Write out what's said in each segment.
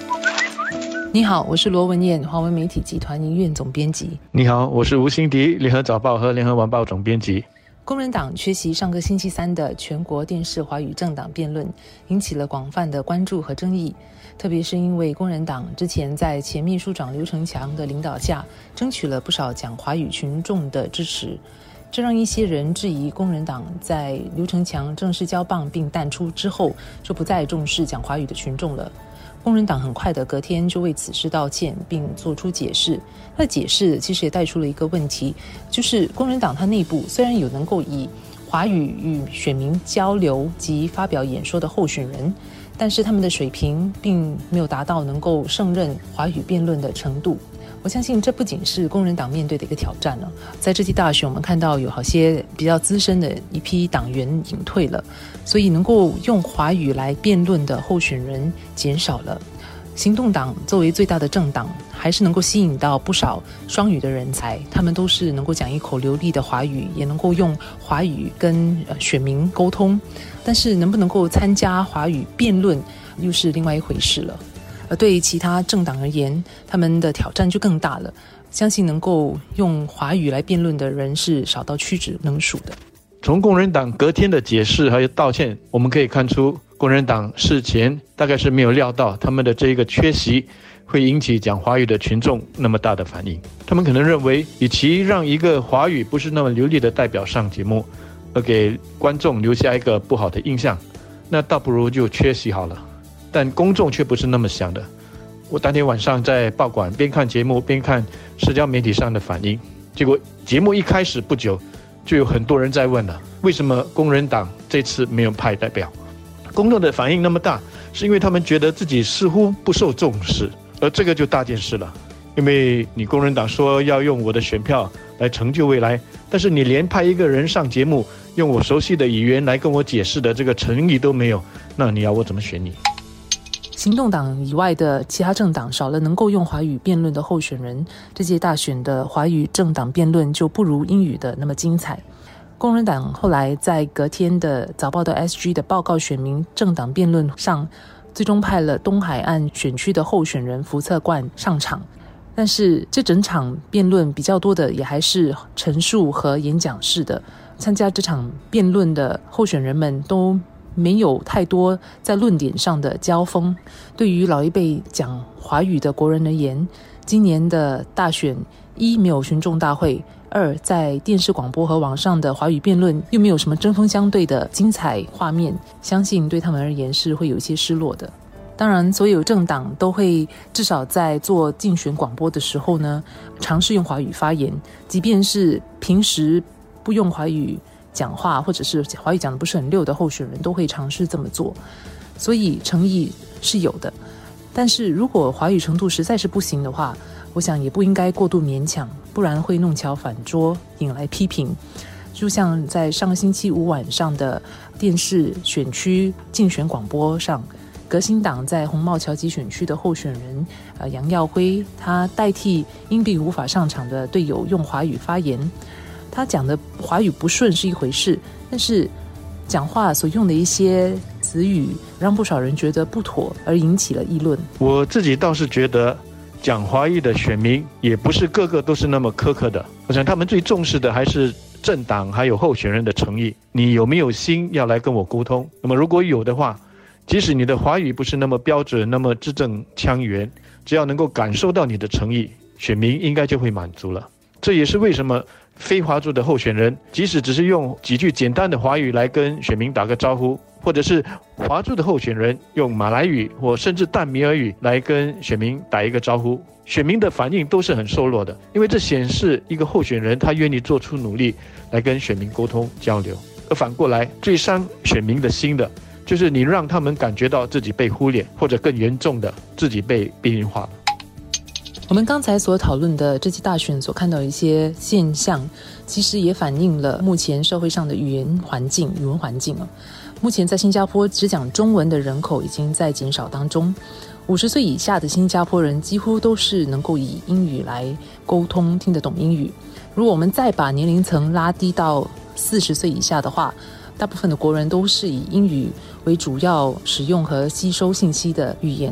你好，我是罗文燕，华文媒体集团营运总编辑。 你好，我是吴欣迪，联合早报和联合晚报总编辑。 工人党缺席上个星期三的全国电视华语政党辩论，引起了广泛的关注和争议。特别是因为工人党之前在前秘书长刘成强的领导下，争取了不少讲华语群众的支持，这让一些人质疑工人党在刘成强正式交棒并淡出之后，就不再重视讲华语的群众了。工人党很快的隔天就为此事道歉并做出解释，他的解释其实也带出了一个问题，就是工人党它内部虽然有能够以华语与选民交流及发表演说的候选人，但是他们的水平并没有达到能够胜任华语辩论的程度。我相信这不仅是工人党面对的一个挑战了。在这届大选，我们看到有好些比较资深的一批党员隐退了，所以能够用华语来辩论的候选人减少了。行动党作为最大的政党，还是能够吸引到不少双语的人才，他们都是能够讲一口流利的华语，也能够用华语跟选民沟通，但是能不能够参加华语辩论又是另外一回事了。而对于其他政党而言，他们的挑战就更大了，相信能够用华语来辩论的人是少到屈指能数的。 从工人党隔天的解释还有道歉，我们可以看出工人党事前大概是没有料到他们的这个缺席会引起讲华语的群众那么大的反应。他们可能认为，与其让一个华语不是那么流利的代表上节目，而给观众留下一个不好的印象，那倒不如就缺席好了。但公众却不是那么想的。我当天晚上在报馆边看节目边看社交媒体上的反应，结果节目一开始不久就有很多人在问了，为什么工人党这次没有派代表？公众的反应那么大，是因为他们觉得自己似乎不受重视，而这个就大件事了。因为你工人党说要用我的选票来成就未来，但是你连派一个人上节目用我熟悉的语言来跟我解释的这个诚意都没有，那你要我怎么选你？ 行动党以外的其他政党少了能够用华语辩论的候选人，这届大选的华语政党辩论就不如英语的那么精彩。工人党后来在隔天的早报的 SG 的报告选民政党辩论上，最终派了东海岸选区的候选人福策冠上场，但是这整场辩论比较多的也还是陈述和演讲式的，参加这场辩论的候选人们都没有太多在论点上的交锋。对于老一辈讲华语的国人而言，今年的大选，一没有群众大会，二在电视广播和网上的华语辩论又没有什么针锋相对的精彩画面，相信对他们而言是会有一些失落的。当然所有政党都会至少在做竞选广播的时候呢，尝试用华语发言，即便是平时不用华语讲话或者是华语讲的不是很溜的候选人都会尝试这么做，所以诚意是有的。但是如果华语程度实在是不行的话，我想也不应该过度勉强，不然会弄巧反拙，引来批评。就像在上个星期五晚上的电视选区竞选广播上，革新党在红帽桥集选区的候选人杨耀辉，他代替因病无法上场的队友用华语发言。他讲的华语不顺是一回事，但是讲话所用的一些词语让不少人觉得不妥，而引起了议论。 我自己倒是觉得讲华语的选民也不是个个都是那么苛刻的，我想他们最重视的还是政党还有候选人的诚意，你有没有心要来跟我沟通。那么如果有的话，即使你的华语不是那么标准那么字正腔圆，只要能够感受到你的诚意，选民应该就会满足了。这也是为什么非华族的候选人即使只是用几句简单的华语来跟选民打个招呼，或者是华族的候选人用马来语或甚至淡米尔语来跟选民打一个招呼，选民的反应都是很受落的，因为这显示一个候选人他愿意做出努力来跟选民沟通交流。而反过来最伤选民的心的就是你让他们感觉到自己被忽略，或者更严重的自己被边缘化了。 我们刚才所讨论的这期大选所看到的一些现象，其实也反映了目前社会上的语文环境目前在新加坡只讲中文的人口已经在减少当中，50岁以下的新加坡人几乎都是能够以英语来沟通，听得懂英语。如果我们再把年龄层拉低到40岁以下的话，大部分的国人都是以英语为主要使用和吸收信息的语言。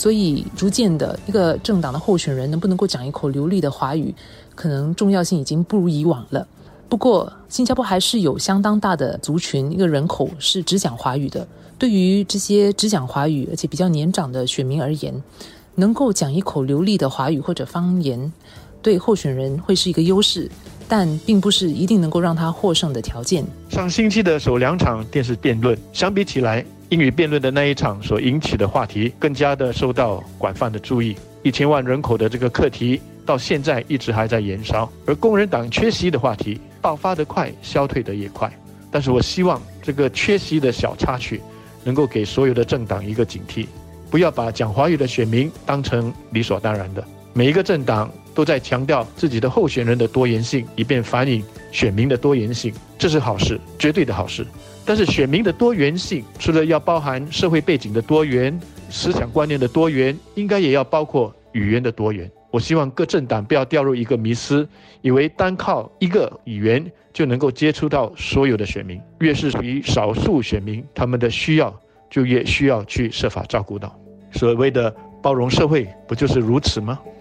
所以逐渐的一个政党的候选人能不能够讲一口流利的华语，可能重要性已经不如以往了。不过新加坡还是有相当大的族群，一个人口是只讲华语的。对于这些只讲华语而且比较年长的选民而言，能够讲一口流利的华语或者方言，对候选人会是一个优势，但并不是一定能够让他获胜的条件。 上星期的首2场电视辩论相比起来，英语辩论的那一场所引起的话题更加的受到广泛的注意。1000万人口的这个课题到现在一直还在延烧，而工人党缺席的话题爆发得快，消退得也快。但是我希望这个缺席的小插曲能够给所有的政党一个警惕，不要把讲华语的选民当成理所当然的。每一个政党都在强调自己的候选人的多元性，以便反映选民的多元性，这是好事，绝对的好事。但是选民的多元性除了要包含社会背景的多元、思想观念的多元，应该也要包括语言的多元。我希望各政党不要掉入一个迷思，以为单靠一个语言就能够接触到所有的选民，越是属于少数选民，他们的需要就越需要去设法照顾到。所谓的包容社会，不就是如此吗？